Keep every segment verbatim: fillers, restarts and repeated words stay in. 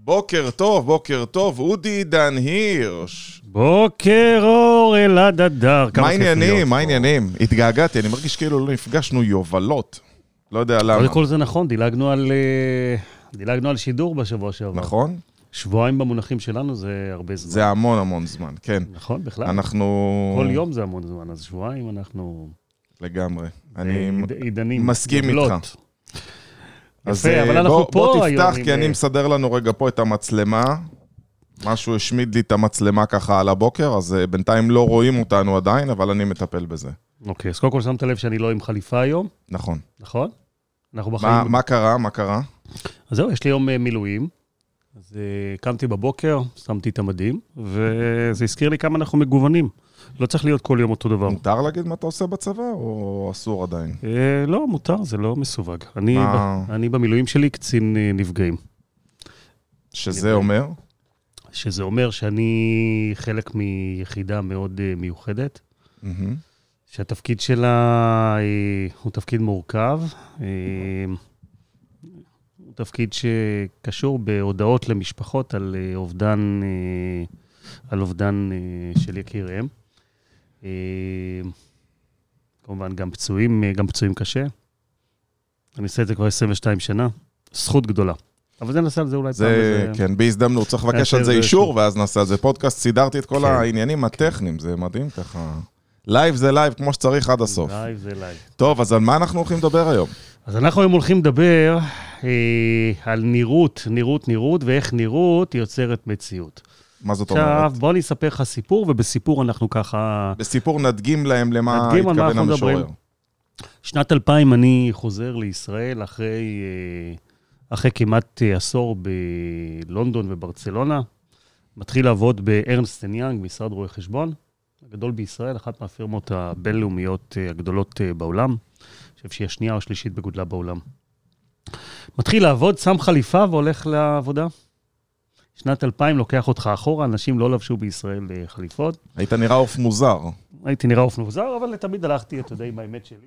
בוקר טוב, בוקר טוב, אודי דן הירש. בוקר אור אלעד הדר. מה העניינים? מה העניינים? התגעגעתי, אני מרגיש כאילו לא נפגשנו יובלות. לא יודע למה. קודם כל זה נכון, דילגנו על, דילגנו על שידור בשבוע שעבר. נכון? שבועיים במונחים שלנו זה הרבה זמן. זה המון המון זמן, כן. נכון, בכלל. אנחנו... כל יום זה המון זמן, אז שבועיים אנחנו... לגמרי. אני עידנים. מסכים איתך. אז יפה, אבל אנחנו בוא, פה בוא היום. תפתח, כי אני מסדר לנו רגע פה את המצלמה. משהו השמיד לי את המצלמה ככה על הבוקר, אז בינתיים לא רואים אותנו עדיין, אבל אני מטפל בזה. אוקיי, אז קודם כל שמת לב שאני לא עם חליפה היום. נכון. נכון? אנחנו בחיים... מה, מה קרה? מה קרה? אז זהו, יש לי יום מילואים. אז קמתי בבוקר, שמתי את המדים, וזה הזכיר לי כמה אנחנו מגוונים. לא צריך להיות כל יום אותו דבר. מותר להגיד מה אתה עושה בצבא, או אסור עדיין? אה, לא, מותר, זה לא מסווג. אני, ב, אני במילואים שלי קצין נפגעים. שזה נפגעים. אומר? שזה אומר שאני חלק מיחידה מאוד מיוחדת, mm-hmm. שהתפקיד שלה אה, הוא תפקיד מורכב, אה, הוא תפקיד שקשור בהודעות למשפחות על אה, אובדן, אה, על אובדן אה, של יקיריהם. כמובן גם פצועים, גם פצועים קשה. אני עושה את זה כבר עשרים ושתיים שנה. זכות גדולה. אבל זה נעשה על זה אולי זה, פעם. זה... כן, בהזדמנות. צריך לבקש על זה אישור, ואז נעשה על זה פודקאסט. סידרתי את כל כן. העניינים הטכניים. זה מדהים ככה. לייב זה לייב כמו שצריך עד הסוף. לייב זה לייב. טוב, אז על מה אנחנו הולכים לדבר היום? אז אנחנו היום הולכים לדבר אה, על נראות, נראות, נראות, ואיך נראות יוצרת מציאות. מה זאת אומרת? עכשיו, בוא נספר לך סיפור, ובסיפור אנחנו ככה... בסיפור נדגים להם למה התכוון המשורר. שנת אלפיים אני חוזר לישראל אחרי, אחרי כמעט עשור בלונדון וברצלונה. מתחיל לעבוד בארנסט אנד יאנג, משרד רואי חשבון. הגדול בישראל, אחת מהפירמות הבינלאומיות הגדולות בעולם. אני חושב שהיא השנייה או השלישית בגודלה בעולם. מתחיל לעבוד, שם חליפה והולך לעבודה. שנת אלפיים לוקח אותך אחורה, אנשים לא לבשו בישראל חליפות. היית נראה אוף מוזר. הייתי נראה אוף מוזר, אבל תמיד הלכתי, אתה יודע, עם האמת שלי,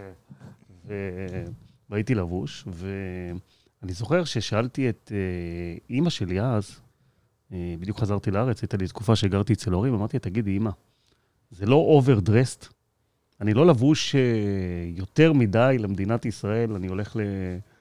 והייתי לבוש, ואני זוכר ששאלתי את אמא שלי אז, בדיוק חזרתי לארץ, הייתה לי תקופה שגרתי אצל הורים, אמרתי, תגידי, אמא, זה לא אוברדרסט? אני לא לבוש יותר מדי למדינת ישראל, אני הולך ל...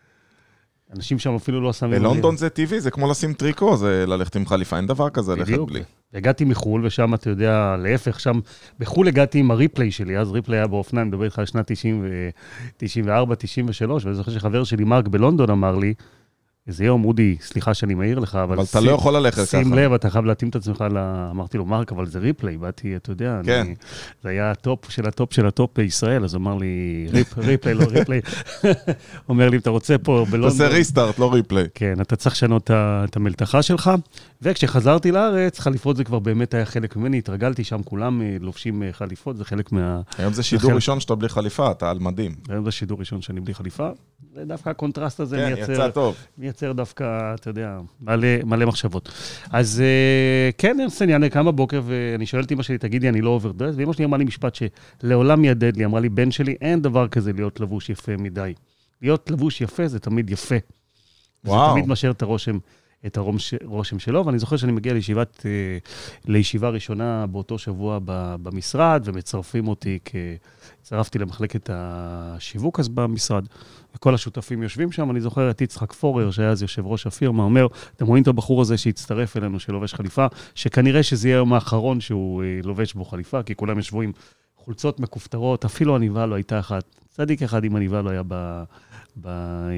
אנשים שם אפילו לא שמים... בלונדון זה טבעי, זה כמו לשים טריקו, זה ללכת עם חליפה, אין דבר כזה, ללכת בלי. הגעתי מחול, ושם אתה יודע, להפך, שם, בחול הגעתי עם הריפלי שלי, אז ריפלי היה באופניים, מדבר איתך על שנת תשעים וארבע תשעים ושלוש, ואני זוכר שחבר שלי מרק בלונדון אמר לי, איזה יום, אודי, סליחה שאני מעיר לך, אבל... אבל אתה לא יכול ללכת ככה. שים לב, אתה חייב להתאים את עצמך, אמרתי לו, מרק, אבל זה ריפלי, באתי, אתה יודע, זה היה הטופ של הטופ של הטופ בישראל, אז אמר לי, ריפלי, לא ריפלי. אומר לי, אם אתה רוצה פה בלונדון... תעשה ריסטארט, לא ריפלי. כן, אתה צריך לשנות את המלתחה שלך, וכשחזרתי לארץ, חליפות זה כבר באמת היה חלק ממני, התרגלתי שם, כולם לובשים חליפות, זה חלק מה... היום זה שידור ראשון שאתה בלי חליפה, אתה על מדים. היום זה שידור ראשון שאני בלי חליפה. זה דווקא הקונטרסט הזה כן, מייצר, יצא טוב. מייצר דווקא, אתה יודע, מלא, מלא מחשבות. אז כן, אני אענה כמה בוקר, ואני שואל את אמא שלי, תגידי, אני לא אוברדרס, ואמא שלי אמרה לי משפט שלעולם ידד לי, אמרה לי, בן שלי, אין דבר כזה להיות לבוש יפה מדי. להיות לבוש יפה זה תמיד יפה. וואו. זה תמיד משאיר את הרושם, את הרושם שלו, ואני זוכר שאני מגיע לישיבת, לישיבה ראשונה באותו שבוע במשרד, ומצרפים אותי, צרפתי למחלקת השיווק אז במשרד, וכל השותפים יושבים שם, אני זוכר את יצחק פורר, שהיה אז יושב ראש הפירמה, אומר, אתם רואים את הבחור הזה שהצטרף אלינו, שלובש חליפה, שכנראה שזה יהיה היום האחרון שהוא לובש בו חליפה, כי כולם ישבו עם חולצות מקופטרות, אפילו עניבה לא הייתה אחת, צדיק אחד עם עניבה לא היה ב, ב,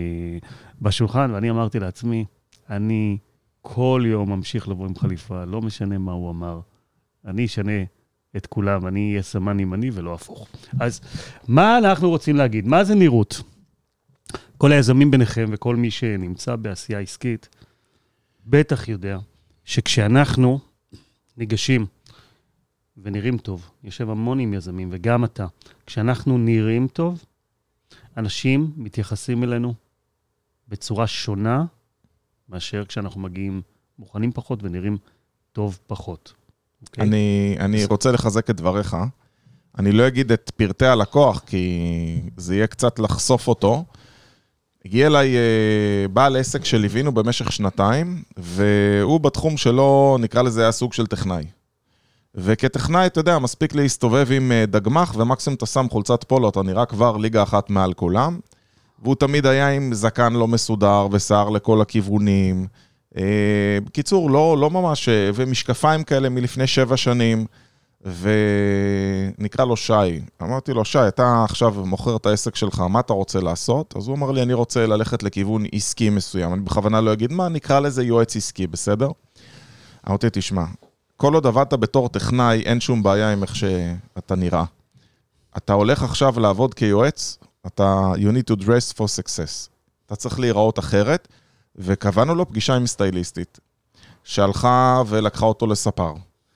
בשולחן, ואני אמרתי לעצמי, אני כל יום ממשיך לבוא עם חליפה, לא משנה מה הוא אמר, אני אשנה את כולם, אני אהיה סמן ימני ולא הפוך. אז מה אנחנו רוצים להגיד? מה זה נראות? כל היזמים ביניכם וכל מי שנמצא בעשייה עסקית, בטח יודע שכשאנחנו ניגשים ונראים טוב, יושב המון עם יזמים וגם אתה, כשאנחנו נראים טוב, אנשים מתייחסים אלינו בצורה שונה, מאשר כשאנחנו מגיעים מוכנים פחות ונראים טוב פחות. Okay. אני, אני רוצה לחזק את דבריך. אני לא אגיד את פרטי הלקוח, כי זה יהיה קצת לחשוף אותו. הגיע אליי בעל עסק שליווינו במשך שנתיים, והוא בתחום שלו, נקרא לזה, היה סוג של טכנאי. וכטכנאי, אתה יודע, מספיק להסתובב עם דגמח, ומקסימום אתה שם חולצת פולו, אתה נראה כבר ליגה אחת מעל כולם, והוא תמיד היה עם זקן לא מסודר, ושיער לכל הכיוונים. בקיצור, לא, לא ממש, ומשקפיים כאלה מלפני שבע שנים, ונקרא לו שי. אמרתי לו, שי, אתה עכשיו מוכר את העסק שלך, מה אתה רוצה לעשות? אז הוא אמר לי, אני רוצה ללכת לכיוון עסקי מסוים. אני בכוונה לא אגיד מה, נקרא לזה יועץ עסקי, בסדר? אמרתי, תשמע, כל עוד עבדת בתור טכנאי, אין שום בעיה עם איך שאתה נראה. אתה הולך עכשיו לעבוד כיועץ, אתה, you need to dress for success. אתה צריך להיראות אחרת, וקבענו לו פגישה עם סטייליסטית, שהלכה ולקחה אותו לספר.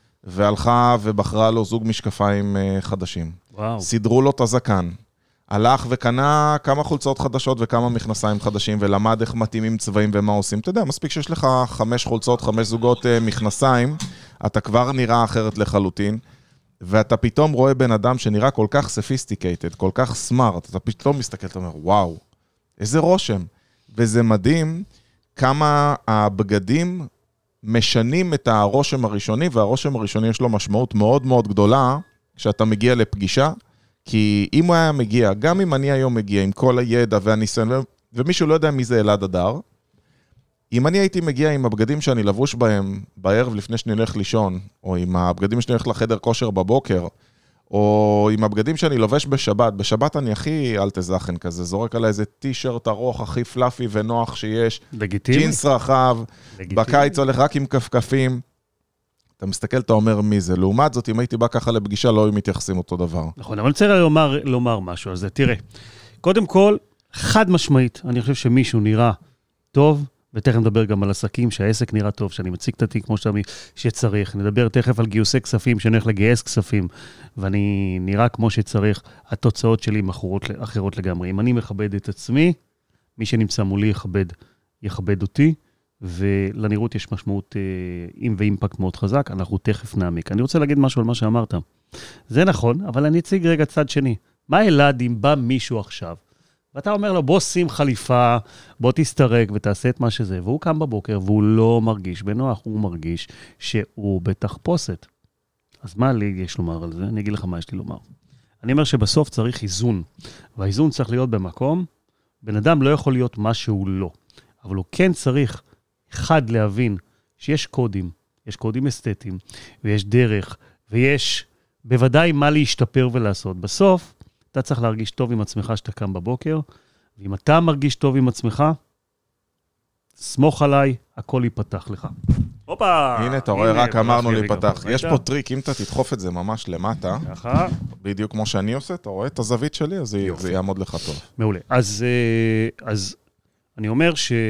והלכה ובחרה לו זוג משקפיים חדשים. וואו. סידרו לו את הזקן. הלך וקנה כמה חולצות חדשות וכמה מכנסיים חדשים, ולמד איך מתאימים צבעים ומה עושים. אתה יודע, מספיק שיש לך חמש חולצות, חמש זוגות מכנסיים, אתה כבר נראה אחרת לחלוטין, ואתה פתאום רואה בן אדם שנראה כל כך ספיסטיקייטד, כל כך סמארט, אתה פתאום מסתכל, אתה אומר, וואו, איזה רושם. וזה מדהים כמה הבגדים משנים את הרושם הראשוני, והרושם הראשוני יש לו משמעות מאוד מאוד גדולה, כשאתה מגיע לפגישה, כי אם הוא היה מגיע, גם אם אני היום מגיע עם כל הידע והניסיון, ומישהו לא יודע מי זה אלעד הדר, אם אני הייתי מגיע עם הבגדים שאני לבוש בהם בערב לפני שאני הולך לישון, או עם הבגדים שאני הולך לחדר כושר בבוקר, או עם הבגדים שאני לובש בשבת, בשבת אני הכי אל תזכן כזה, זורק עליי איזה טישרט ארוך, הכי פלאפי ונוח שיש, לגיטימי. ג'ינס רחב, לגיטימי. בקיץ הולך רק עם כפכפים, אתה מסתכל, אתה אומר מי זה. לעומת זאת, אם הייתי בא ככה לפגישה, לא היו מתייחסים אותו דבר. נכון, אבל אני רוצה לומר, לומר משהו על זה. תראה, קודם כל, חד משמעית, אני חושב שמישהו נראה טוב, ותכף נדבר גם על עסקים, שהעסק נראה טוב, שאני מציג את התיק כמו שצריך. נדבר תכף על גיוסי כספים, שאני הולך לגייס כספים, ואני נראה כמו שצריך, התוצאות שלי הן אחרות לגמרי. אם אני מכבד את עצמי, מי שנמצא מולי יכבד, יכבד אותי, ולנראות יש משמעות עם ואימפקט מאוד חזק, אנחנו תכף נעמיק. אני רוצה להגיד משהו על מה שאמרת. זה נכון, אבל אני אציג רגע צד שני. מה אלעד אם בא מישהו עכשיו, ואתה אומר לו, בוא שים חליפה, בוא תסתרק ותעשה את מה שזה, והוא קם בבוקר והוא לא מרגיש בנוח, הוא מרגיש שהוא בתחפושת. אז מה לי יש לומר על זה? אני אגיד לך מה יש לי לומר. אני אומר שבסוף צריך איזון, והאיזון צריך להיות במקום, בן אדם לא יכול להיות מה שהוא לא, אבל הוא כן צריך אחד להבין שיש קודים, יש קודים אסתטיים, ויש דרך, ויש בוודאי מה להשתפר ולעשות. בסוף, אתה צריך להרגיש טוב עם עצמך שאתה קם בבוקר, ואם אתה מרגיש טוב עם עצמך, סמוך עליי, הכל ייפתח לך. הופה! הנה, אתה רואה, רק אמרנו להיפתח. יש פה טריק, אם אתה תדחוף את זה ממש למטה, בדיוק כמו שאני עושה, אתה רואה את הזווית שלי, אז זה יעמוד לך טוב. מעולה. אז אני אומר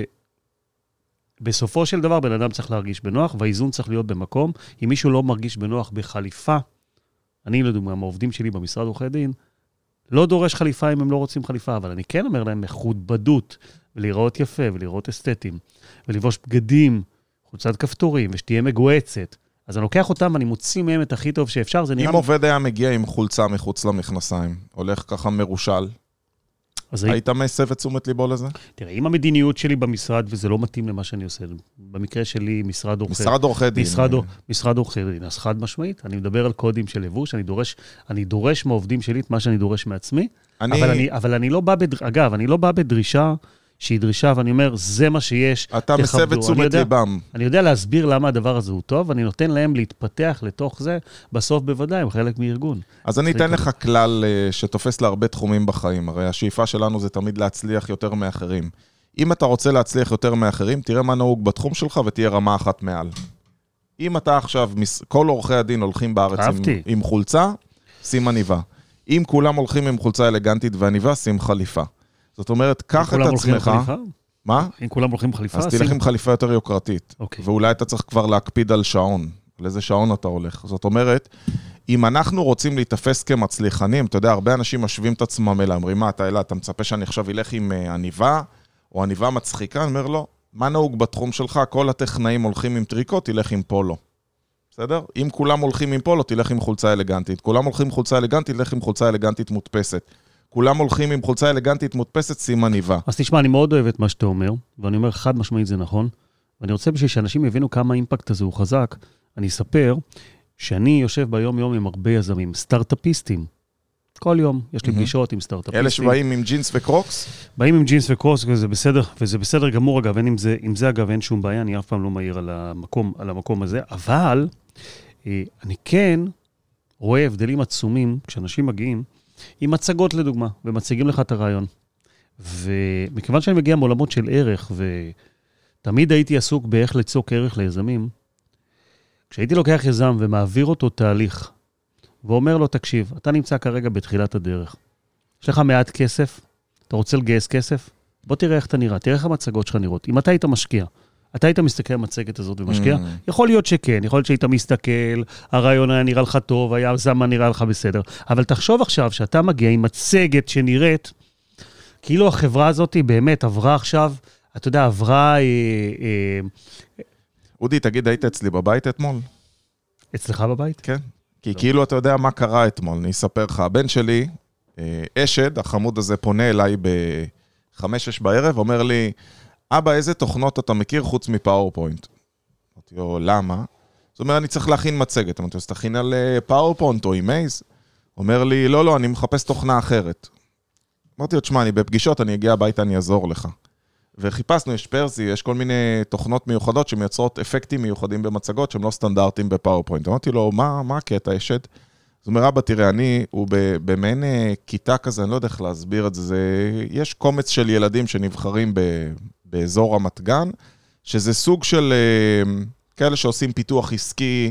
שבסופו של דבר, בן אדם צריך להרגיש בנוח, והאיזון צריך להיות במקום. אם מישהו לא מרגיש בנוח בחליפה, אני לדוגמה, מהעובדים שלי במשרד עורכי דין, לא דורש חליפה אם הם לא רוצים חליפה, אבל אני כן אומר להם מכובדות, ולראות יפה, ולראות אסתטיים, ולבוש בגדים, חולצת כפתורים, ושתהיה מגועצת. אז אני לוקח אותם, ואני מוציא מהם את הכי טוב שאפשר, זה נראה... אם עובד היה מגיע עם חולצה מחוץ למכנסיים, הולך ככה מרושל, היית מסב את תשומת ליבו לזה? תראה, אם המדיניות שלי במשרד, וזה לא מתאים למה שאני עושה, במקרה שלי, משרד עורכי דין. משרד עורכי דין. משרד עורכי דין, אז חד משמעית, אני מדבר על קודים של לבוש, אני דורש, אני דורש מהעובדים שלי את מה שאני דורש מעצמי, אבל אני, אבל אני לא בא בדרישה, אגב, אני לא בא בדרישה, שהיא דרישה, ואני אומר, זה מה שיש, אתה מסב את תשומת ליבם. אני יודע להסביר למה הדבר הזה הוא טוב, ואני נותן להם להתפתח לתוך זה, בסוף בוודאי, הם חלק מארגון. אז אני אתן לך כלל שתופס להרבה תחומים בחיים, הרי השאיפה שלנו זה תמיד להצליח יותר מאחרים. אם אתה רוצה להצליח יותר מאחרים, תראה מה נהוג בתחום שלך ותהיה רמה אחת מעל. אם אתה עכשיו, כל עורכי הדין הולכים בארץ עם, עם חולצה, שים עניבה. אם כולם הולכים עם חולצה אלגנטית ועניבה, שים חליפה. זאת אומרת, קח את עצמך... מה? אם כולם הולכים חליפה... אז תלך עם חליפה יותר יוקרתית. ואולי אתה צריך כבר להקפיד על שעון. על איזה שעון אתה הולך. זאת אומרת, אם אנחנו רוצים להתאפס כמצליחנים, אתה יודע, הרבה אנשים משווים את עצמם אלה, אומרים, מה, אתה, אלה, אתה מצפה שאני עכשיו אלך עם עניבה, או עניבה מצחיקה? אני אומר, לא. מה נהוג בתחום שלך? כל הטכנאים הולכים עם טריקות, תלך עם פולו. בסדר? אם כולם הולכים עם פולו, תלך עם חולצה אלגנטית. כולם הולכים עם חולצה אלגנטית, תלך עם חולצה אלגנטית מודפסת. כולם הולכים עם חולצה אלגנטית מודפסת, שים עניבה. אז תשמע, אני מאוד אוהב את מה שאתה אומר, ואני אומר חד משמעית זה נכון, ואני רוצה בשביל שאנשים יבינו כמה האימפקט הזה הוא חזק, אני אספר שאני יושב ביום יום עם הרבה יזמים, סטארט-אפיסטים. כל יום יש לי פגישות עם סטארט-אפיסטים. אלה שבאים עם ג'ינס וקרוקס? באים עם ג'ינס וקרוקס, וזה בסדר, וזה בסדר גמור אגב, אין עם זה, עם זה אגב אין שום בעיה, אני אף פעם לא מעיר על המקום, על המקום הזה, אבל אני כן רואה הבדלים עצומים כשאנשים מגיעים עם מצגות לדוגמה, ומציגים לך את הרעיון. ומכיוון שאני מגיע מעולמות של ערך, ותמיד הייתי עסוק באיך ליצוק ערך ליזמים, כשהייתי לוקח יזם ומעביר אותו תהליך, ואומר לו, תקשיב, אתה נמצא כרגע בתחילת הדרך. יש לך מעט כסף, אתה רוצה לגייס כסף? בוא תראה איך אתה נראה, תראה איך המצגות שלך נראות. אם אתה היית משקיע, אתה היית מסתכל על המצגת הזאת ומשקיע, mm. יכול להיות שכן, יכול להיות שהיית מסתכל, הרעיון היה נראה לך טוב, היה זמן נראה לך בסדר. אבל תחשוב עכשיו שאתה מגיע עם מצגת שנראית, כאילו החברה הזאת באמת עברה עכשיו, אתה יודע, עברה... אה, אה, אודי, תגיד, היית אצלי בבית אתמול? אצלך בבית? כן. כי כאילו אתה יודע מה קרה אתמול, אני אספר לך. הבן שלי, אשד, החמוד הזה פונה אליי בחמש שש בערב, אומר לי, אבא, איזה תוכנות אתה מכיר חוץ מפאורפוינט? אמרתי לו, למה? זאת אומרת, אני צריך להכין מצגת. אמרתי לו, אז תכין על פאורפוינט או אימייז? אומר לי, לא, לא, אני מחפש תוכנה אחרת. אמרתי לו, תשמע, אני בפגישות, אני אגיע הביתה, אני אעזור לך. וחיפשנו, יש פרזי, יש כל מיני תוכנות מיוחדות שמייצרות אפקטים מיוחדים במצגות שהם לא סטנדרטיים בפאורפוינט. אמרתי לו, מה, מה הקטע, אשד? זאת אומרת, אבא, תראה, אני, הוא במעין כיתה כזה, אני לא יודע איך להסביר את זה, זה יש קומץ של ילדים שנבחרים ב, באזור רמת גן, שזה סוג של כאלה שעושים פיתוח עסקי,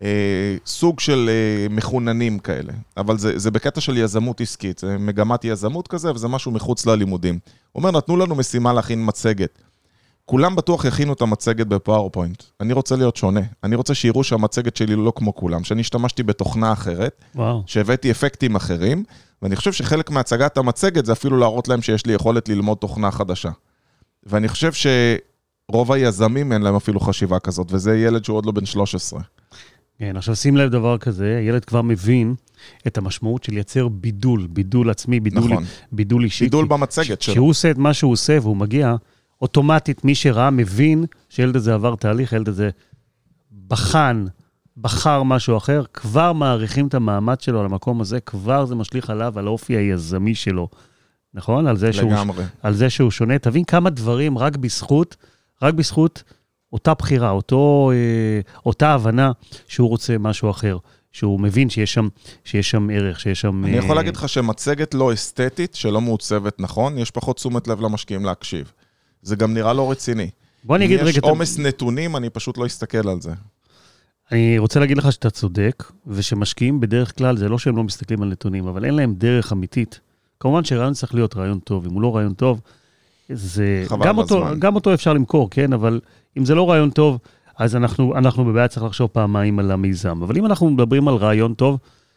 סוג של מחוננים כאלה, אבל זה, זה בקטע של יזמות עסקית, זה מגמת יזמות כזה, וזה משהו מחוץ ללימודים. הוא אומר, נתנו לנו משימה להכין מצגת. כולם בטוח יכינו את המצגת בפאורפוינט. אני רוצה להיות שונה. אני רוצה שיראו שהמצגת שלי לא כמו כולם, שאני השתמשתי בתוכנה אחרת, וואו. שהבאתי אפקטים אחרים, ואני חושב שחלק מהצגת המצגת זה אפילו להראות להם שיש לי יכולת ללמוד תוכנה חדשה. ואני חושב שרוב היזמים אין להם אפילו חשיבה כזאת, וזה ילד שהוא עוד לא בן שלוש עשרה. כן, עכשיו שים לב דבר כזה, הילד כבר מבין את המשמעות של לייצר בידול, בידול עצמי, בידול, נכון. בידול אישי. בידול במצגת שלו. כשהוא עושה את מה שהוא עושה והוא מגיע, אוטומטית מי שראה מבין שילד הזה עבר תהליך, ילד הזה בחן, בחר משהו אחר, כבר מעריכים את המעמד שלו על המקום הזה, כבר זה משליך עליו, על האופי היזמי שלו. נכון? על זה שהוא, על זה שהוא שונה. תבין כמה דברים רק בזכות, רק בזכות אותה בחירה, אותו, אותה הבנה שהוא רוצה משהו אחר, שהוא מבין שיש שם, שיש שם ערך, שיש שם... אני יכול להגיד לך שמצגת לא אסתטית, שלא מעוצבת נכון, יש פחות תשומת לב למשקיעים להקשיב. זה גם נראה לא רציני. בוא אני אגיד רגע... אם יש עומס נתונים, אני פשוט לא אסתכל על זה. אני רוצה להגיד לך שאתה צודק, ושמשקיעים בדרך כלל, זה לא שהם לא מסתכלים על נתונים, אבל אין להם דרך אמיתית. כמובן שרעיון צריך להיות רעיון טוב, אם הוא לא רעיון טוב, זה... גם אותו, גם אותו אפשר למכור, כן? אבל אם זה לא רעיון טוב, אז אנחנו, אנחנו בבעיה צריך לחשוב פעמיים על המיזם. אבל אם אנחנו מדברים על רעיון טוב,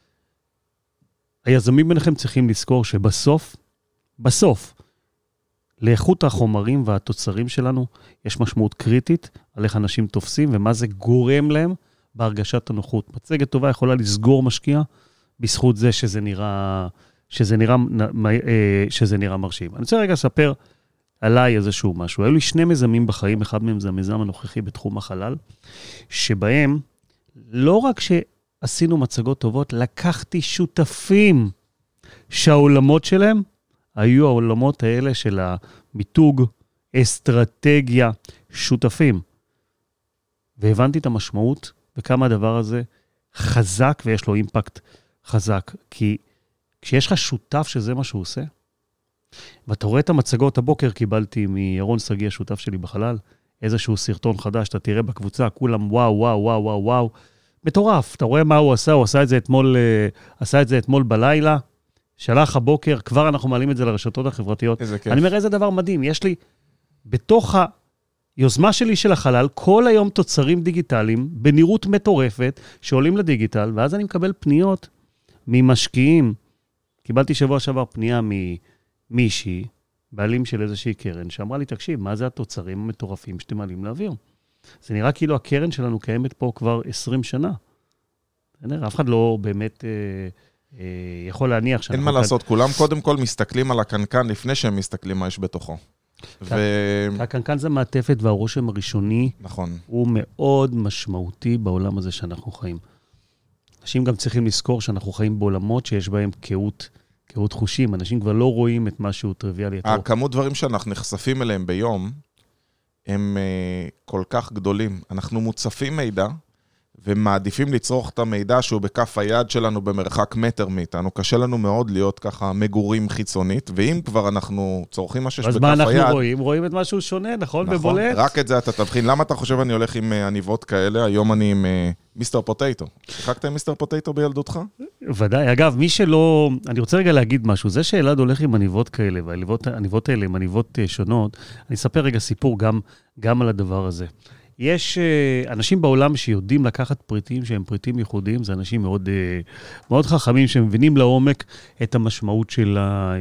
היזמים ביניכם צריכים לזכור שבסוף, בסוף, לאיכות החומרים והתוצרים שלנו, יש משמעות קריטית על איך אנשים תופסים, ומה זה גורם להם בהרגשת הנוחות. מצגת טובה יכולה לסגור משקיע, בזכות זה שזה נראה, שזה נראה, שזה נראה מרשים. אני רוצה רגע לספר עליי איזשהו משהו. היו לי שני מיזמים בחיים, אחד מהם זה המיזם הנוכחי בתחום החלל, שבהם לא רק שעשינו מצגות טובות, לקחתי שותפים שהעולמות שלהם היו העולמות האלה של המיתוג, אסטרטגיה, שותפים. והבנתי את המשמעות וכמה הדבר הזה חזק ויש לו אימפקט חזק. כי כשיש לך שותף שזה מה שהוא עושה, ואתה רואה את המצגות, הבוקר קיבלתי מירון סגי, השותף שלי בחלל, איזשהו סרטון חדש, אתה תראה בקבוצה, כולם וואו, וואו, וואו, וואו, וואו. מטורף, אתה רואה מה הוא עשה, הוא עשה את זה אתמול, עשה את זה אתמול בלילה, שלח הבוקר, כבר אנחנו מעלים את זה לרשתות החברתיות. איזה כיף. אני אומר, איזה דבר מדהים, יש לי, בתוך היוזמה שלי של החלל, כל היום תוצרים דיגיטליים, בנראות מטורפת, שעולים לדיגיטל, ואז אני מקבל פניות ממשקיעים. קיבלתי שבוע שעבר פנייה ממישהי, בעלים של איזושהי קרן, שאמרה לי, תקשיב, מה זה התוצרים המטורפים שאתם מעלים להעביר? זה נראה כאילו הקרן שלנו קיימת פה כבר עשרים שנה. אף אחד לא באמת... יכול להניח שאנחנו... אין מה לעשות, כולם קודם כל מסתכלים על הקנקן לפני שהם מסתכלים מה יש בתוכו. הקנקן זה מעטפת והרושם הראשוני הוא מאוד משמעותי בעולם הזה שאנחנו חיים. אנשים גם צריכים לזכור שאנחנו חיים בעולמות שיש בהם קהות, קהות חושים. אנשים כבר לא רואים את משהו טריוויאלי. הכמות דברים שאנחנו נחשפים אליהם ביום, הם כל כך גדולים. אנחנו מוצפים מידע, ומעדיפים לצרוך את המידע שהוא בכף היד שלנו במרחק מטר מאיתנו. קשה לנו מאוד להיות ככה מגורים חיצונית, ואם כבר אנחנו צורכים משהו בכף היד... אז מה אנחנו רואים? רואים את משהו שונה, נכון? נכון, בבולט? רק את זה אתה תבחין. למה אתה חושב אני הולך עם עניבות כאלה? היום אני עם מיסטר פוטטו. שיחקת עם מיסטר פוטטו בילדותך? ודאי. אגב, מי שלא... אני רוצה רגע להגיד משהו. זה שאלעד הולך עם עניבות כאלה, והעניבות האלה עם עניבות שונות, אני אספר רגע סיפור גם, גם על הדבר הזה. יש אנשים בעולם שיודעים לקחת פריטים שהם פריטים ייחודיים, זה אנשים מאוד, מאוד חכמים שמבינים לעומק את המשמעות של, ה,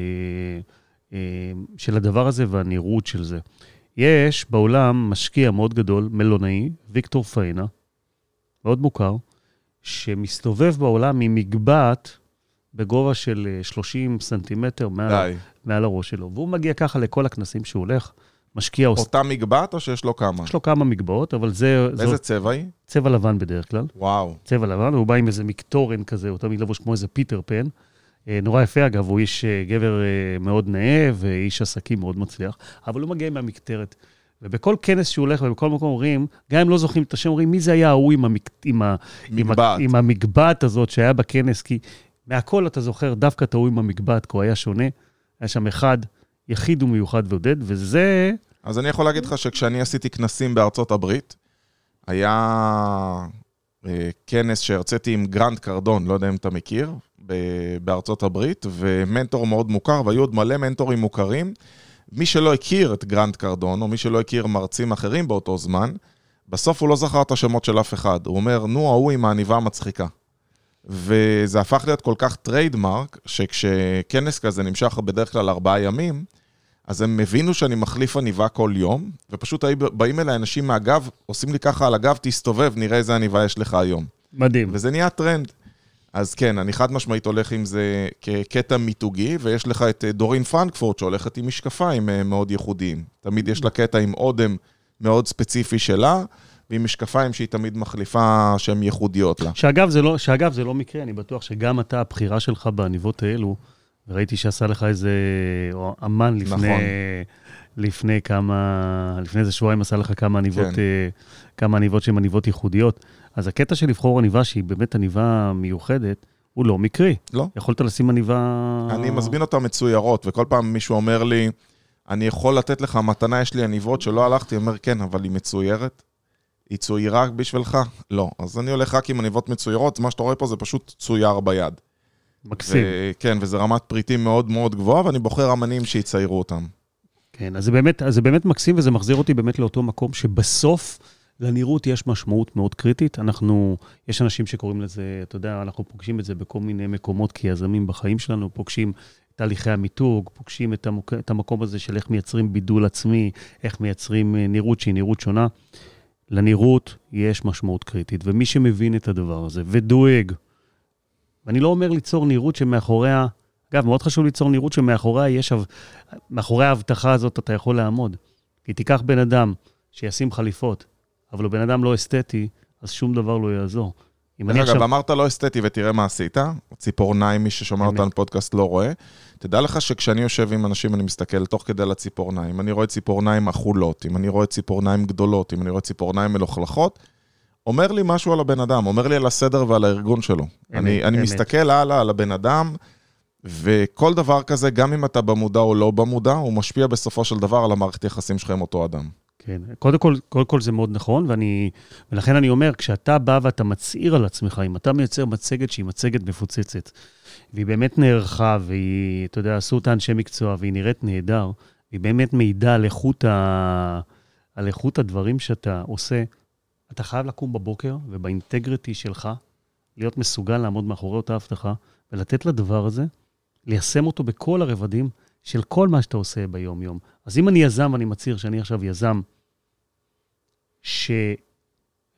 של הדבר הזה והנראות של זה. יש בעולם משקיע מאוד גדול, מלונאי, ויקטור פיינה, מאוד מוכר, שמסתובב בעולם עם מגבעת בגובה של שלושים סנטימטר מעל, מעל הראש שלו. והוא מגיע ככה לכל הכנסים שהוא הולך, משקיע... אותה מגבעת או שיש לו כמה? יש לו כמה מגבעות, אבל זה... איזה צבע היא? צבע לבן בדרך כלל. וואו. צבע לבן, הוא בא עם איזה מקטורן כזה, הוא תמיד לבוש כמו איזה פיטר פן. נורא יפה, אגב, הוא איש גבר מאוד נאה, ואיש עסקים מאוד מצליח, אבל הוא מגיע עם המקטרת. ובכל כנס שהוא הולך, ובכל מקום אומרים, גם אם לא זוכרים את השם, אומרים, מי זה היה ההוא עם, המק... עם, ה... עם, ה... עם המגבעת הזאת שהיה בכנס, כי מהכל אתה זוכר, דווקא את ההוא עם המגבעת, כי הוא היה שונה, היה שם אחד, יחיד ומיוחד ועודד, וזה... אז אני יכול להגיד לך שכשאני עשיתי כנסים בארצות הברית, היה אה, כנס שהרציתי עם גרנט קרדון, לא יודע אם אתה מכיר, ב- בארצות הברית, ומנטור מאוד מוכר, והיו עוד מלא מנטורים מוכרים. מי שלא הכיר את גרנט קרדון, או מי שלא הכיר מרצים אחרים באותו זמן, בסוף הוא לא זכר את השמות של אף אחד. הוא אומר, נו, ההוא עם העניבה המצחיקה. וזה הפך להיות כל כך טריידמרק, שכשכנס כזה נמשך בדרך כלל ארבעה ימים, אז הם הבינו שאני מחליף עניבה כל יום, ופשוט באים אליי אנשים מהגב, עושים לי ככה על הגב, תסתובב, נראה איזה עניבה יש לך היום. מדהים. וזה נהיה טרנד. אז כן, אני חד משמעית הולך עם זה כקטע מיתוגי, ויש לך את דורין פרנקפורט, שהולכת עם משקפיים מאוד ייחודיים. תמיד יש לה קטע עם אודם מאוד ספציפי שלה, ועם משקפיים שהיא תמיד מחליפה שהן ייחודיות לה. שאגב זה לא, שאגב זה לא מקרה, אני בטוח שגם אתה, הבחירה שלך בעניבות האלו, וראיתי שעשה לך איזה אמן לפני, נכון. לפני כמה, לפני איזה שבועיים עשה לך כמה עניבות, כן. כמה עניבות שהן עניבות ייחודיות. אז הקטע של לבחור עניבה שהיא באמת עניבה מיוחדת, הוא לא מקרי. לא. יכולת לשים עניבה... אני מזמין אותה מצוירות, וכל פעם מישהו אומר לי, אני יכול לתת לך מתנה, יש לי עניבות שלא הלכתי, אומר כן, אבל היא מצוירת. היא צוירה בשבילך? לא. אז אני הולך רק עם עניבות מצוירות, מה שאתה רואה פה זה פשוט צויר ביד. מקסים. ו- כן, וזה רמת פריטים מאוד מאוד גבוהה, ואני בוחר אמנים שיציירו אותם. כן, אז זה באמת, אז זה באמת מקסים, וזה מחזיר אותי באמת לאותו מקום, שבסוף לנראות יש משמעות מאוד קריטית. אנחנו, יש אנשים שקוראים לזה, אתה יודע, אנחנו פוגשים את זה בכל מיני מקומות כיזמים בחיים שלנו, פוגשים תהליכי המיתוג, פוגשים את, המוק, את המקום הזה של איך מייצרים בידול עצמי, איך מייצרים נראות שהיא נראות שונה. לנראות יש משמעות קריטית, ומי שמבין את הדבר הזה, ודואג, ואני לא אומר ליצור נראות שמאחוריה, אגב, מאוד חשוב ליצור נראות שמאחוריה יש, מאחורי ההבטחה הזאת אתה יכול לעמוד. כי תיקח בן אדם שישים חליפות, אבל הוא בן אדם לא אסתטי, אז שום דבר לא יעזור. אגב, עכשיו... אמרת לא אסתטי ותראה מה עשית, ציפורניים, מי ששומע אותנו פודקאסט לא רואה. תדע לך שכשאני יושב עם אנשים, אני מסתכל תוך כדי לציפורניים, אני רואה ציפורניים אכולות, אם אני רואה ציפורניים גדולות, אם אני רואה ציפורניים מלוכלכות, אומר לי משהו על הבן אדם, אומר לי על הסדר ועל הארגון שלו. אני, אני מסתכל הלאה על הבן אדם, וכל דבר כזה, גם אם אתה במודע או לא במודע, הוא משפיע בסופו של דבר על המערכת יחסים שלך עם אותו אדם. כן, קודם כל, קודם כל זה מאוד נכון, ואני, ולכן אני אומר, כשאתה בא ואתה מצעיר על עצמך, אם אתה מייצר מצגת שהיא מצגת מפוצצת, והיא באמת נערכה, והיא, אתה יודע, עשו אותה אנשי מקצוע, והיא נראית נהדר, והיא באמת מידע על איכות, ה... על איכות הדברים שאתה עושה, אתה חייב לקום בבוקר, ובאינטגריטי שלך, להיות מסוגל לעמוד מאחורי אותה הבטחה, ולתת לדבר הזה, ליישם אותו בכל הרבדים של כל מה שאתה עושה ביום-יום. אז אם אני יזם, אני מצהיר שאני עכשיו יזם, שלא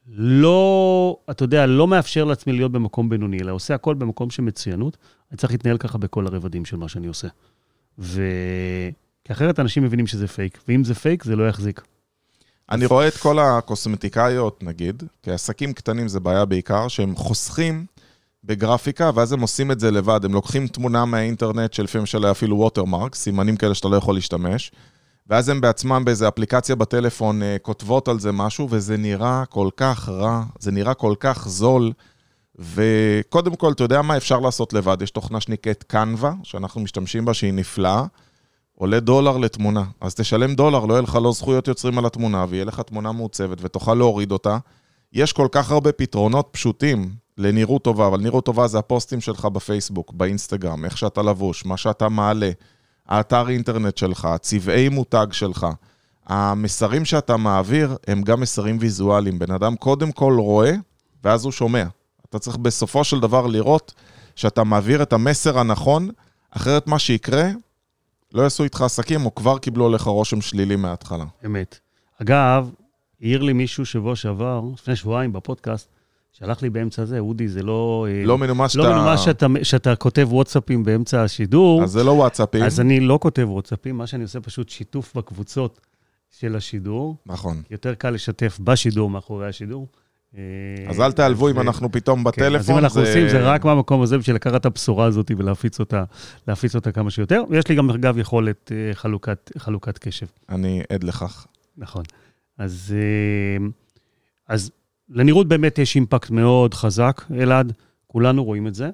לא, אתה יודע, לא מאפשר לעצמי להיות במקום בינוני, אלא עושה הכל במקום של מצוינות, אני צריך להתנהל ככה בכל הרבדים של מה שאני עושה. ו... כי אחרת אנשים מבינים שזה פייק, ואם זה פייק, זה לא יחזיק. אני רואה את כל הקוסמטיקאיות, נגיד, כי עסקים קטנים זה בעיה בעיקר, שהם חוסכים בגרפיקה, ואז הם עושים את זה לבד. הם לוקחים תמונה מהאינטרנט, שלפעמים שלה אפילו ווטרמרק, סימנים כאלה שאתה לא יכול להשתמש, ואז הם בעצמם באיזו אפליקציה בטלפון כותבות על זה משהו, וזה נראה כל כך רע, זה נראה כל כך זול, וקודם כל, אתה יודע מה אפשר לעשות לבד? יש תוכנה שנקראת קנווה, שאנחנו משתמשים בה, שהיא נפלאה, עולה דולר לתמונה. אז תשלם דולר, לא יהיה לך לא זכויות יוצרים על התמונה, ויהיה לך תמונה מעוצבת, ותוכל להוריד אותה. יש כל כך הרבה פתרונות פשוטים לנראות טובה, אבל נראות טובה זה הפוסטים שלך בפייסבוק, באינסטגרם, איך שאתה לבוש, מה שאתה מעלה, האתר אינטרנט שלך, צבעי מותג שלך. המסרים שאתה מעביר הם גם מסרים ויזואליים. בן אדם קודם כל רואה, ואז הוא שומע. אתה צריך בסופו של דבר לראות שאתה מעביר את המסר הנכון, אחרת מה שיקרה, לא יעשו איתך עסקים, או כבר קיבלו עליך רושם שלילי מההתחלה. אמת. אגב, העיר לי מישהו שבוע שעבר, לפני שבועיים בפודקאסט, שלח לי באמצע זה, אודי, זה לא... לא מנומס לא מנומס שאתה, שאתה כותב וואטסאפים באמצע השידור. אז זה לא וואטסאפים. אז אני לא כותב וואטסאפים, מה שאני עושה פשוט שיתוף בקבוצות של השידור. נכון. יותר קל לשתף בשידור מאחורי השידור. אז אל תעלבו אם אנחנו פתאום בטלפון. אז אם אנחנו עושים, זה רק מהמקום הזה בשביל לקחת את הבשורה הזאת ולהפיץ אותה, להפיץ אותה כמה שיותר. ויש לי גם אגב יכולת חלוקת, חלוקת קשב. אני עד לכך. נכון. אז, אז לנראות באמת יש אימפקט מאוד חזק, אלעד, כולנו רואים את זה,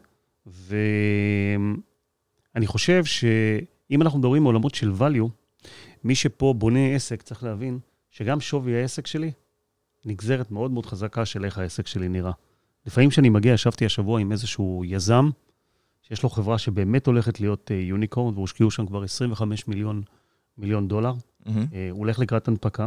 ואני חושב שאם אנחנו מדברים מעולמות של value, מי שפה בונה עסק צריך להבין שגם שווי העסק שלי, נגזרת מאוד מאוד חזקה של איך העסק שלי נראה. לפעמים שאני מגיע, ישבתי השבוע עם איזשהו יזם, שיש לו חברה שבאמת הולכת להיות יוניקורן, והוא השקיעו שם כבר עשרים וחמישה מיליון, מיליון דולר. Mm-hmm. הוא הולך לקראת הנפקה.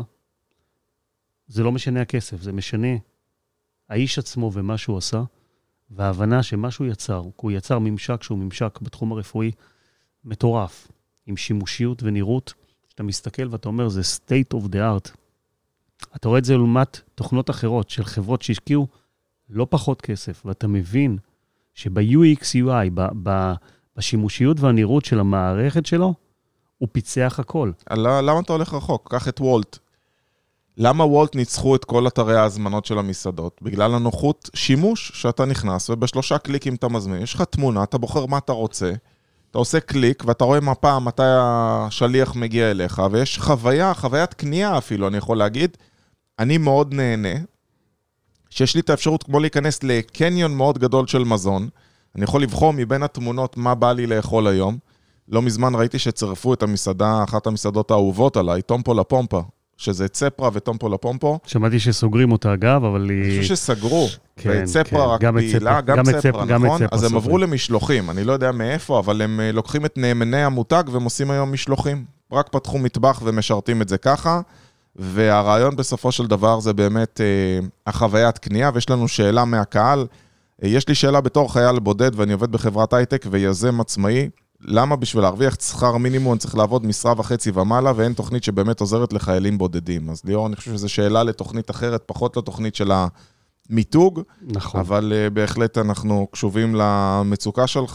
זה לא משנה הכסף, זה משנה האיש עצמו ומה שהוא עשה, וההבנה שמה שהוא יצר, הוא יצר ממשק שהוא ממשק בתחום הרפואי מטורף, עם שימושיות ונראות, שאתה מסתכל ואתה אומר, זה state of the art. אתה רואה את זה לעומת תוכנות אחרות של חברות שהשקיעו לא פחות כסף, ואתה מבין שב-יו אקס יו איי, בשימושיות והנראות של המערכת שלו, הוא פיצח הכל. למה אתה הולך רחוק? קח את וולט. למה וולט ניצחו את כל אתרי ההזמנות של המסעדות? בגלל הנוחות שימוש שאתה נכנס, ובשלושה קליקים אתה מזמין. יש לך תמונה, אתה בוחר מה אתה רוצה, אתה עושה קליק, ואתה רואה מפה מתי השליח מגיע אליך, ויש חוויה, חוויית קנייה אפילו, אני יכול להגיד, אני מאוד נהנה, שיש לי את האפשרות כמו להיכנס לקניון מאוד גדול של מזון, אני יכול לבחור מבין התמונות מה בא לי לאכול היום, לא מזמן ראיתי שצרפו את המסעדה, אחת המסעדות האהובות עליי, טומפו לפומפה, שזה צפרה וטומפו לפומפו. שמעתי שסוגרים אותה אגב, אבל היא... אני חושב שסגרו, וצפרה רק פעילה, גם צפרה, נכון? אז הם עברו למשלוחים, אני לא יודע מאיפה, אבל הם לוקחים את נאמני המותג, והם עושים היום משלוחים. רק פתחו מטבח ומשרתים את זה ככה, והרעיון בסופו של דבר זה באמת החוויית קנייה, ויש לנו שאלה מהקהל. יש לי שאלה בתור חייל בודד, ואני עובד בחברת הייטק ויזם עצמאי, למה בשביל להרוויח שכר מינימום צריך לעבוד משרה וחצי ומעלה, ואין תוכנית שבאמת עוזרת לחיילים בודדים? אז ליאור, אני חושב שזו שאלה לתוכנית אחרת, פחות לתוכנית של המיתוג, נכון. אבל uh, בהחלט אנחנו קשובים למצוקה שלך,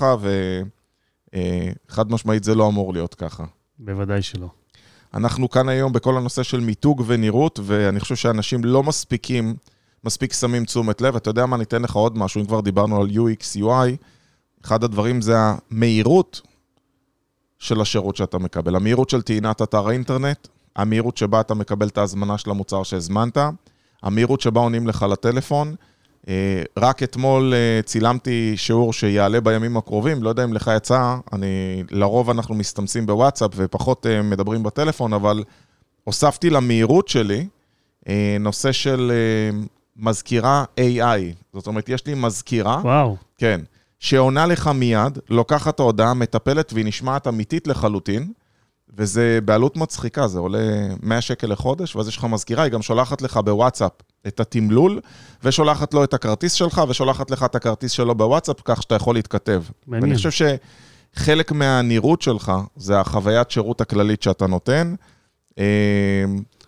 וחד משמעית זה לא אמור להיות ככה. בוודאי שלא. אנחנו כאן היום בכל הנושא של מיתוג ונראות, ואני חושב שאנשים לא מספיקים, מספיק שמים תשומת לב. אתה יודע מה, ניתן לך עוד משהו, אם כבר דיברנו על יו אקס יו איי, אחד הדברים זה המהירות של השירות שאתה מקבל. המהירות של טעינת אתר האינטרנט, המהירות שבה אתה מקבל את ההזמנה של המוצר שהזמנת, המהירות שבה עונים לך לטלפון. רק אתמול צילמתי שיעור שיעלה בימים הקרובים, לא יודע אם לך יצא, אני, לרוב אנחנו מסתמסים בוואטסאפ ופחות מדברים בטלפון, אבל הוספתי למהירות שלי נושא של מזכירה איי איי. זאת אומרת, יש לי מזכירה. וואו. כן. שעונה לך מיד, לוקחת ההודעה, מטפלת והיא נשמעת אמיתית לחלוטין, וזה בעלות מצחיקה, זה עולה מאה שקל לחודש, ואז יש לך מזכירה, היא גם שולחת לך בוואטסאפ את התמלול, ושולחת לו את הכרטיס שלך, ושולחת לך את הכרטיס שלו בוואטסאפ, כך שאתה יכול להתכתב. מעניין. ואני חושב שחלק מהנראות שלך, זה החוויית שירות הכללית שאתה נותן,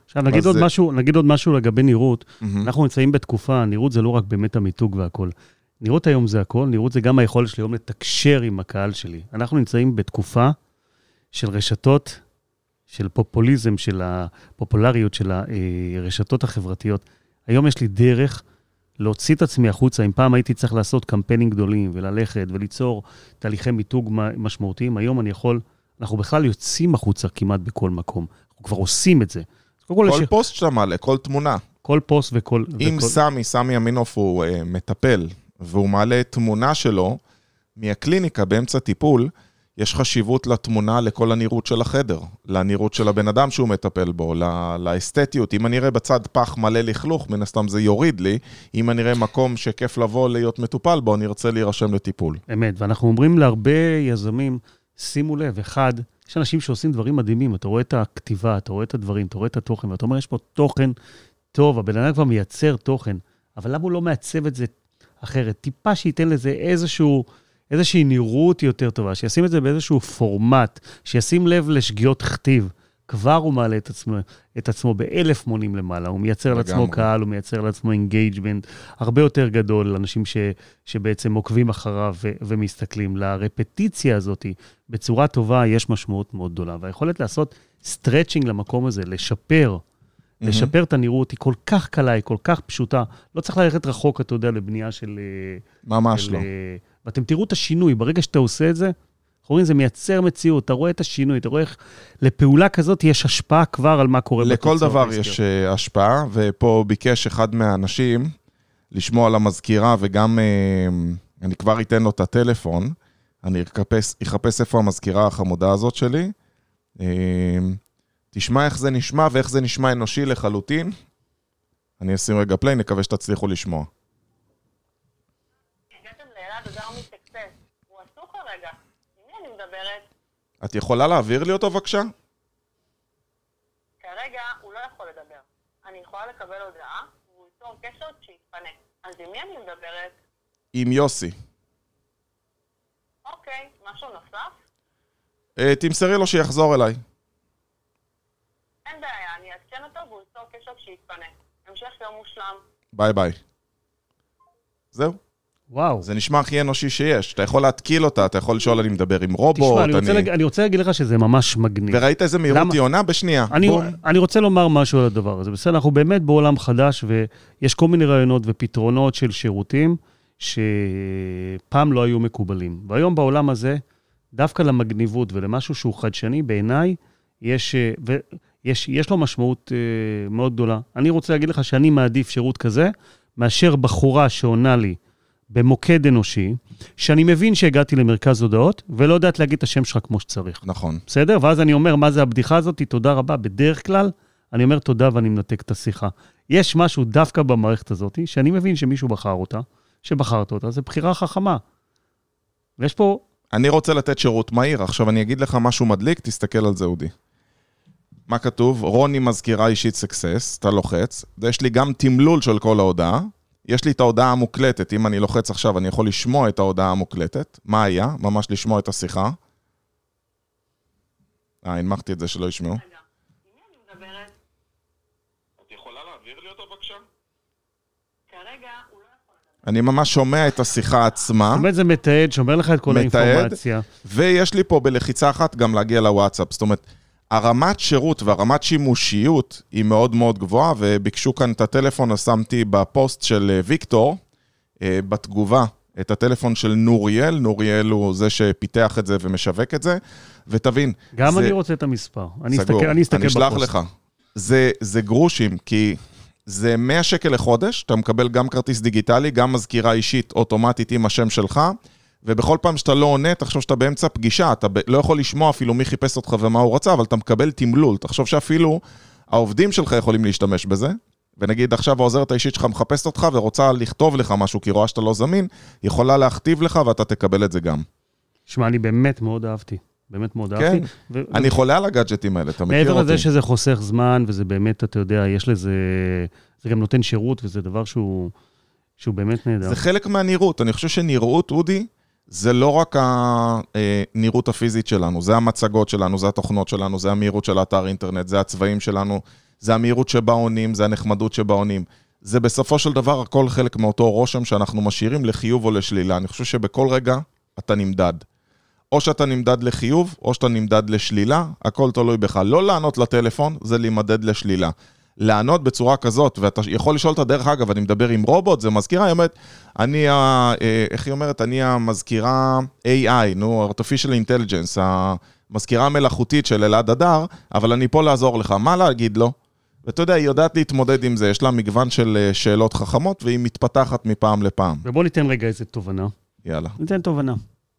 עכשיו, נגיד עוד משהו, נגיד עוד משהו לגבי נראות. אנחנו נמצאים בתקופה, נראות זה לא רק באמת המיתוג והכל. נראות היום זה הכל, נראות זה גם היכולת שלי היום לתקשר עם הקהל שלי. אנחנו נמצאים בתקופה של רשתות, של פופוליזם, של הפופולריות של הרשתות החברתיות. היום יש לי דרך להוציא את עצמי החוצה. אם פעם הייתי צריך לעשות קמפיינים גדולים וללכת וליצור תהליכי מיתוג משמעותיים, היום אני יכול, אנחנו בכלל יוצאים החוצה כמעט בכל מקום. אנחנו כבר עושים את זה. כל ש... פוסט שאתה מעלה, כל תמונה. כל פוסט וכל... אם וכל... סמי, סמי אמינוף הוא uh, מטפל, והוא מעלה תמונה שלו מהקליניקה באמצע טיפול, יש חשיבות לתמונה לכל הנראות של החדר, לנראות של הבן אדם שהוא מטפל בו, לא, לאסתטיות. אם אני אראה בצד פח מלא לכלוך, מן הסתם זה יוריד לי. אם אני אראה מקום שכיף לבוא להיות מטופל בו, אני ארצה להירשם לטיפול. אמת, ואנחנו אומרים להרבה יזמים, שימו לב, אחד, יש אנשים שעושים דברים מדהימים, אתה רואה את הכתיבה, אתה רואה את הדברים, אתה רואה את התוכן, ואתה אומר, יש פה תוכן טוב, הבן אדם כבר מייצר תוכן, אבל למה הוא לא מעצב את זה אחרת? טיפה שייתן לזה איזשהו... איזושהי נראות יותר טובה, שישים את זה באיזשהו פורמט, שישים לב לשגיאות כתיב, כבר הוא מעלה את עצמו, את עצמו באלף מונים למעלה, הוא מייצר לעצמו קהל, הוא מייצר לעצמו אינגייג'מנט, הרבה יותר גדול לאנשים ש, שבעצם עוקבים אחריו ו, ומסתכלים. לרפטיציה הזאת, בצורה טובה, יש משמעות מאוד גדולה, והיכולת לעשות סטרצ'ינג למקום הזה, לשפר, mm-hmm. לשפר את הנראות, היא כל כך קלה, היא כל כך פשוטה, לא צריך ללכת רחוק, אתה יודע, לבנייה של... ממש של, לא. ואתם תראו את השינוי, ברגע שאתה עושה את זה, חורים, זה מייצר מציאות, אתה רואה את השינוי, אתה רואה איך לפעולה כזאת יש השפעה כבר על מה קורה בתוצאות. לכל דבר יש השפעה, ופה ביקש אחד מהאנשים לשמוע על המזכירה, וגם אני כבר אתן לו את הטלפון, אני אחפש, אחפש איפה המזכירה החמודה הזאת שלי, תשמע איך זה נשמע, ואיך זה נשמע אנושי לחלוטין. אני אשים רגע פליי, נקווה שתצליחו לשמוע. הוא עסוק הרגע. עם מי אני מדברת? את יכולה להעביר לי אותו בבקשה? כרגע הוא לא יכול לדבר. אני יכולה לקבל הודעה, והוא ייצור קשר כשיתפנה. אז עם מי אני מדברת? עם יוסי. אוקיי, משהו נוסף? אה, תמסרי לו שיחזור אליי. אין בעיה, אני אעדכן אותו והוא ייצור קשר כשיתפנה. המשך יום מושלם. ביי ביי. זהו. וואו. זה נשמע הכי אנושי שיש. אתה יכול להתקיל אותה, אתה יכול לשאול אני מדבר עם רובוט. תשמע, אני, אני... רוצה, לג... אני רוצה להגיד לך שזה ממש מגניב. וראית איזה מהירות היא עונה בשנייה. אני, אני רוצה לומר משהו על הדבר הזה. בסדר, אנחנו באמת בעולם חדש, ויש כל מיני רעיונות ופתרונות של שירותים, שפעם לא היו מקובלים. והיום בעולם הזה, דווקא למגניבות ולמשהו שהוא חדשני, בעיניי, יש, ויש, יש לו משמעות מאוד גדולה. אני רוצה להגיד לך שאני מעדיף שירות כזה, מאשר בחורה שעונה לי, במוקד אנושי, שאני מבין שהגעתי למרכז הודעות, ולא יודעת להגיד את השם שלך כמו שצריך. נכון. בסדר? ואז אני אומר, מה זה הבדיחה הזאת? תודה רבה. בדרך כלל, אני אומר תודה ואני מנתק את השיחה. יש משהו דווקא במערכת הזאת, שאני מבין שמישהו בחר אותה, שבחרת אותה, זה בחירה חכמה. ויש פה... אני רוצה לתת שירות מהיר, עכשיו אני אגיד לך משהו מדליק, תסתכל על זה, אודי. מה כתוב? רוני מזכירה אישית סקסס, אתה לוחץ, ויש לי גם תמלול של כל ההודעה, יש לי את ההודעה המוקלטת, אם אני לוחץ עכשיו, אני יכול לשמוע את ההודעה המוקלטת. מה היה? ממש לשמוע את השיחה. אה, הנמכתי את זה שלא ישמעו. רגע, עם מי אני מדברת? את יכולה להעביר לי אותו בבקשה? כרגע הוא לא יכול לדבר. אני ממש שומע את השיחה עצמה. זאת אומרת, זה מתעד, שומר לך את כל האינפורמציה. ויש לי פה בלחיצה אחת גם להגיע לוואטסאפ. זאת אומרת, הרמת שירות והרמת שימושיות היא מאוד מאוד גבוהה, וביקשו כאן את הטלפון, שמתי בפוסט של ויקטור, בתגובה, את הטלפון של נוריאל, נוריאל הוא זה שפיתח את זה ומשווק את זה, ותבין. גם זה... אני רוצה את המספר, אני סגור, אסתכל, אני אסתכל אני אשלח בפוסט. לך. זה, זה גרושים, כי זה מאה שקל לחודש, אתה מקבל גם כרטיס דיגיטלי, גם מזכירה אישית אוטומטית עם השם שלך, ובכל פעם שאתה לא עונה, תחשוב שאתה באמצע פגישה, אתה לא יכול לשמוע אפילו מי חיפש אותך ומה הוא רצה, אבל אתה מקבל תמלול, תחשוב שאפילו העובדים שלך יכולים להשתמש בזה, ונגיד עכשיו העוזרת האישית שלך מחפשת אותך ורוצה לכתוב לך משהו, כי רואה שאתה לא זמין, יכולה להכתיב לך ואתה תקבל את זה גם. שמע, אני באמת מאוד אהבתי, באמת מאוד אהבתי. כן, אני חולה על הגאדג'טים האלה, אתה מכיר אותי. מעבר לזה שזה חוסך זמן, וזה באמת, אתה יודע, יש לזה, זה גם נותן שירות, וזה דבר שהוא, שהוא באמת נהדר. זה חלק מהנראות, אני חושב שנראות, אודי, זה לא רק הנראות הפיזית שלנו, זה המצגות שלנו, זה התוכנות שלנו, זה המהירות של האתר אינטרנט, זה הצבעים שלנו, זה המהירות שבה עונים, זה הנחמדות שבה עונים. זה בסופו של דבר הכל חלק מאותו רושם שאנחנו משאירים לחיוב או לשלילה. אני חושב שבכל רגע אתה נמדד. או שאתה נמדד לחיוב, או שאתה נמדד לשלילה, הכל תלוי בך. לא לענות לטלפון, זה להימדד לשלילה. לענות בצורה כזאת, ואתה יכול לשאול אותה, דרך אגב, אני מדבר עם רובוט, זה מזכירה, היא אומרת, אני, איך היא אומרת, אני המזכירה איי איי, נו, Artificial Intelligence, המזכירה המלאכותית של אלעד הדר, אבל אני פה לעזור לך, מה להגיד לו? ואתה יודע, היא יודעת להתמודד עם זה, יש לה מגוון של שאלות חכמות, והיא מתפתחת מפעם לפעם. ובוא ניתן רגע איזה תובנה. יאללה. ניתן תובנה.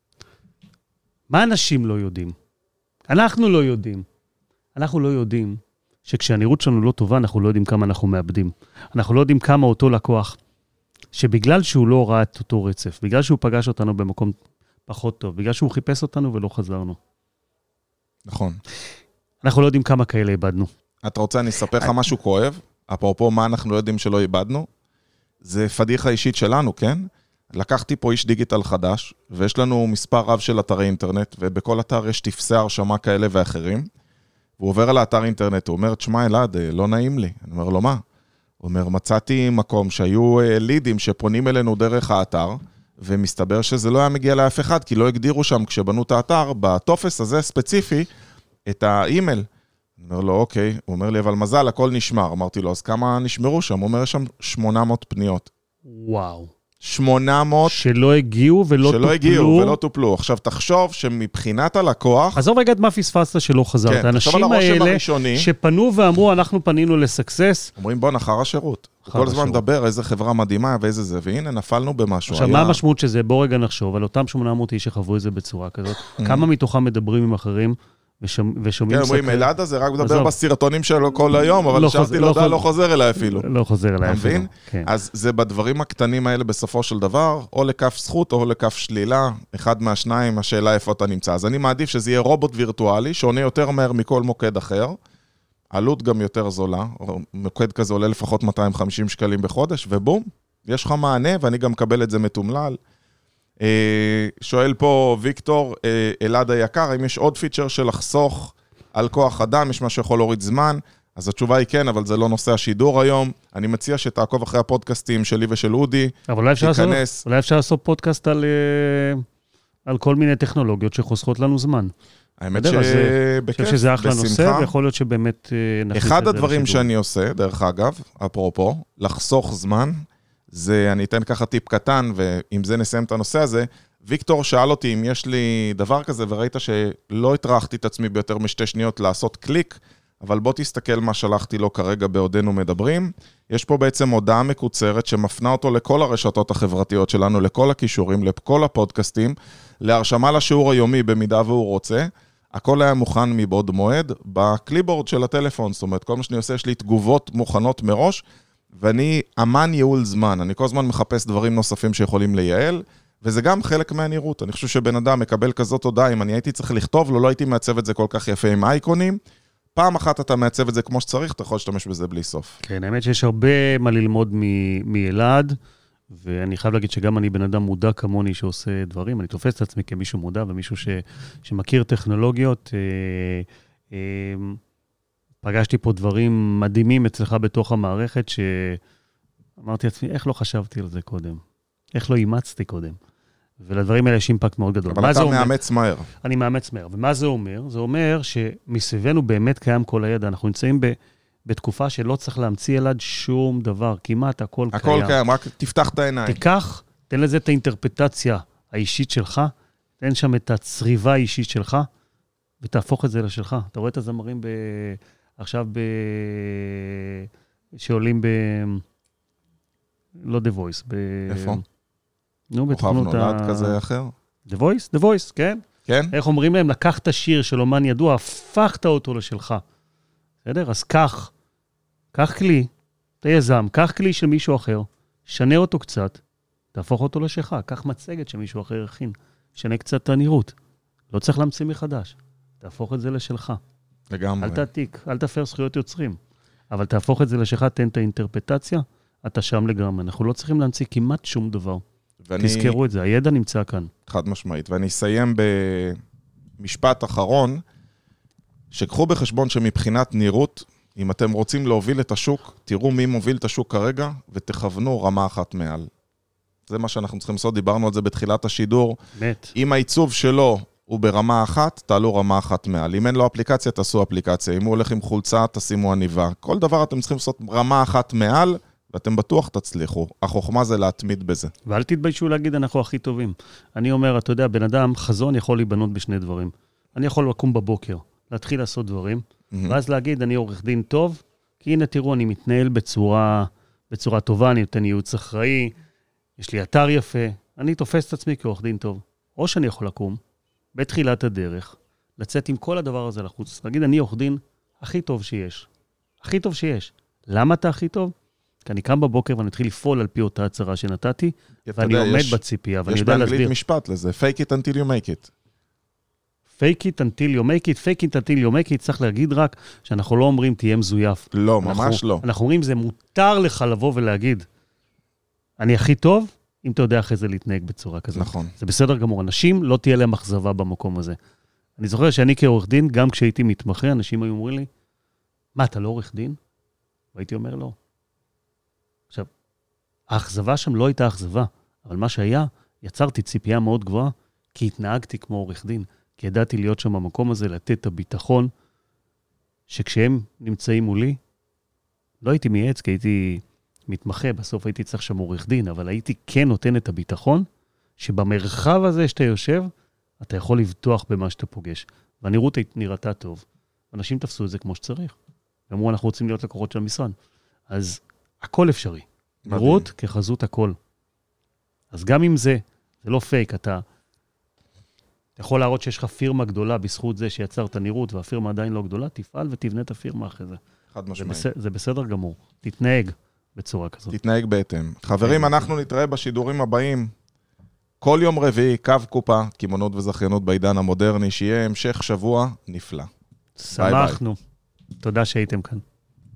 מה אנשים לא יודעים? אנחנו לא יודעים. אנחנו לא יודעים שכשהנראות שלנו לא טובה, אנחנו לא יודעים כמה אנחנו מאבדים. אנחנו לא יודעים כמה אותו לקוח, שבגלל שהוא לא ראה את אותו רצף, בגלל שהוא פגש אותנו במקום פחות טוב, בגלל שהוא חיפש אותנו ולא חזרנו. נכון. אנחנו לא יודעים כמה כאלה איבדנו. אתה רוצה, אני אספר לך משהו כואב, אפרופו מה אנחנו לא יודעים שלא איבדנו, זה פדיחה אישית שלנו, כן? לקחתי פה איש דיגיטל חדש, ויש לנו מספר רב של אתרי אינטרנט, ובכל אתר יש תפסי הרשמה כאלה ואחרים, והוא עובר על האתר אינטרנט, הוא אומר, תשמע אלעד, לא נעים לי. אני אומר לו, מה? הוא אומר, מצאתי מקום שהיו לידים שפונים אלינו דרך האתר, ומסתבר שזה לא היה מגיע לאף אחד, כי לא הגדירו שם כשבנו את האתר, בטופס הזה ספציפי, את האימייל. אני אומר לו, אוקיי. הוא אומר לי, אבל מזל, הכל נשמר. אמרתי לו, אז כמה נשמרו שם? הוא אומר, יש שם שמונה מאות פניות. וואו. שמונה מאות... שלא הגיעו ולא טופלו. שלא הגיעו ולא טופלו. עכשיו, תחשוב שמבחינת הלקוח... עזוב רגע את מה פספסת שלא חזרת. כן, האנשים האלה שפנו ואמרו, אנחנו פנינו לסקסס. אומרים, בוא נחר השירות. כל הזמן מדבר, איזה חברה מדהימה ואיזה זה, והנה, נפלנו במשהו. עכשיו, מה המשמעות שזה? בוא רגע נחשוב, על אותם שמונה מאות איש שחוו את זה בצורה כזאת. כמה מתוכם מדברים עם אחרים? ושומעים כן, אומרים, אלעד הזה רק מדבר בסרטונים שלו כל היום, אבל שאלתי לו, לא חוזר אליי אפילו. לא חוזר אליי אפילו. מבין? אז זה בדברים הקטנים האלה בסופו של דבר, או לכף זכות או לכף שלילה, אחד מהשניים, השאלה איפה אתה נמצא. אז אני מעדיף שזה יהיה רובוט וירטואלי, שעונה יותר מהר מכל מוקד אחר, עלות גם יותר זולה, מוקד כזה עולה לפחות מאתיים וחמישים שקלים בחודש, ובום, יש לך מענה, ואני גם מקבל את זה מתומלל. שואל פה ויקטור, אלעד היקר, האם יש עוד פיצ'ר של לחסוך על כוח אדם, יש מה שיכול להוריד זמן? אז התשובה היא כן, אבל זה לא נושא השידור היום. אני מציע שתעקוב אחרי הפודקאסטים שלי ושל אודי. אבל אולי אפשר, לעשות, אולי אפשר לעשות פודקאסט על, על כל מיני טכנולוגיות שחוסכות לנו זמן. האמת שבכיף, שזה אחלה נושא, ויכול להיות שבאמת... אחד הדברים שאני עושה, דרך אגב, אפרופו, לחסוך זמן, זה, אני אתן ככה טיפ קטן, ועם זה נסיים את הנושא הזה. ויקטור שאל אותי אם יש לי דבר כזה, וראית שלא הטרחתי את עצמי ביותר משתי שניות לעשות קליק, אבל בוא תסתכל מה שלחתי לו כרגע בעודנו מדברים. יש פה בעצם הודעה מקוצרת שמפנה אותו לכל הרשתות החברתיות שלנו, לכל הכישורים, לכל הפודקאסטים, להרשמה לשיעור היומי במידה והוא רוצה. הכל היה מוכן מבעוד מועד בקליבורד של הטלפון, זאת אומרת, כל מה שאני עושה, יש לי תגובות מוכנות מראש, ואני אמן ייעול זמן, אני כל הזמן מחפש דברים נוספים שיכולים לייעל, וזה גם חלק מהנראות. אני חושב שבן אדם מקבל כזאת הודעה, אם אני הייתי צריך לכתוב לו, לא הייתי מעצב את זה כל כך יפה עם אייקונים, פעם אחת אתה מעצב את זה כמו שצריך, אתה יכול להשתמש בזה בלי סוף. כן, האמת שיש הרבה מה ללמוד מאלעד, ואני חייב להגיד שגם אני בן אדם מודע כמוני שעושה דברים, אני תופס את עצמי כמישהו מודע, ומישהו ש, שמכיר טכנולוגיות, אה, אה, פגשתי פה דברים מדהימים אצלך בתוך המערכת, שאמרתי לעצמי, איך לא חשבתי על זה קודם? איך לא אימצתי קודם? ולדברים האלה יש אימפקט מאוד גדול. אבל אתה מאמץ מהר. אני מאמץ מהר. ומה זה אומר? זה אומר שמסביבנו באמת קיים כל הידע. אנחנו נמצאים ב, בתקופה שלא צריך להמציא אלעד שום דבר. כמעט הכל קיים. הכל קיים, רק תפתח את העיניים. תיקח, תן לזה את האינטרפטציה האישית שלך, תן שם את הצריבה האישית שלך, ותהפוך את זה לשלך. אתה רואה את הזמרים ב... עכשיו ב... שעולים ב... לא The Voice. ב... איפה? נו, בתכונות ה... כוכב נולד כזה אחר? The Voice? The Voice, כן. כן? איך אומרים להם? לקחת שיר של אומן ידוע, הפכת אותו לשלך. בסדר? אז קח, קח כלי, אתה יזם, קח כלי של מישהו אחר, שנה אותו קצת, תהפוך אותו לשלך, קח מצגת שמישהו אחר הכין, שנה קצת את הנראות. לא צריך להמציא מחדש. תהפוך את זה לשלך. לגמרי. אל תעתיק, אל תפר זכויות יוצרים. אבל תהפוך את זה לשלך, תן את האינטרפטציה, אתה שם לגמרי. אנחנו לא צריכים להמציא כמעט שום דבר. ואני... תזכרו את זה, הידע נמצא כאן. חד משמעית. ואני אסיים במשפט אחרון, שקחו בחשבון שמבחינת נראות, אם אתם רוצים להוביל את השוק, תראו מי מוביל את השוק כרגע, ותכוונו רמה אחת מעל. זה מה שאנחנו צריכים לעשות, דיברנו על זה בתחילת השידור. באמת. אם העיצוב שלו הוא ברמה אחת, תעלו רמה אחת מעל. אם אין לו אפליקציה, תעשו אפליקציה. אם הוא הולך עם חולצה, תשימו עניבה. כל דבר אתם צריכים לעשות רמה אחת מעל, ואתם בטוח תצליחו. החוכמה זה להתמיד בזה. ואל תתביישו להגיד, אנחנו הכי טובים. אני אומר, אתה יודע, בן אדם, חזון יכול להיבנות בשני דברים. אני יכול לקום בבוקר, להתחיל לעשות דברים, ואז להגיד, אני עורך דין טוב, כי הנה תראו, אני מתנהל בצורה, בצורה טובה, אני נותן ייעוץ אחראי, יש לי אתר יפה, אני תופס את עצמי כעורך דין טוב. או שאני יכול לקום, בתחילת הדרך, לצאת עם כל הדבר הזה לחוץ, להגיד, אני עורך דין הכי טוב שיש. הכי טוב שיש. למה אתה הכי טוב? כי אני קם בבוקר ואני מתחיל לפעול על פי אותה הצהרה שנתתי, ואני עומד בציפייה, ואני יודע להסביר. יש באנגלית משפט לזה, fake it until you make it. fake it until you make it, fake it until you make it, צריך להגיד רק שאנחנו לא אומרים תהיה מזויף. לא, ממש לא. אנחנו אומרים, זה מותר לך לבוא ולהגיד, אני הכי טוב, אם אתה יודע אחרי זה להתנהג בצורה כזאת. נכון. זה בסדר גמור, אנשים לא תהיה להם אכזבה במקום הזה. אני זוכר שאני כעורך דין, גם כשהייתי מתמחה, אנשים היו אומרים לי, מה, אתה לא עורך דין? והייתי אומר לא. עכשיו, האכזבה שם לא הייתה אכזבה, אבל מה שהיה, יצרתי ציפייה מאוד גבוהה, כי התנהגתי כמו עורך דין, כי ידעתי להיות שם במקום הזה, לתת את הביטחון, שכשהם נמצאים מולי, לא הייתי מייעץ, כי הייתי מתמחה, בסוף הייתי צריך שם עורך דין, אבל הייתי כן נותן את הביטחון, שבמרחב הזה שאתה יושב, אתה יכול לבטוח במה שאתה פוגש. והנראות נראתה טוב. אנשים תפסו את זה כמו שצריך. ואמרו, אנחנו רוצים להיות לקוחות של המשרד. אז הכל אפשרי. נראות כחזות הכל. אז גם אם זה, זה לא פייק, אתה, אתה יכול להראות שיש לך פירמה גדולה בזכות זה שיצרת נראות, והפירמה עדיין לא גדולה, תפעל ותבנה את הפירמה אחרי זה. חד משמעי. זה, בסדר, זה בסדר גמור. תתנהג בצורה כזאת. תתנהג בהתאם. חברים, אנחנו נתראה בשידורים הבאים. כל יום רביעי, קו קופה, כימונות וזכיינות בעידן המודרני, שיהיה המשך שבוע נפלא. שמחנו. תודה שהייתם כאן.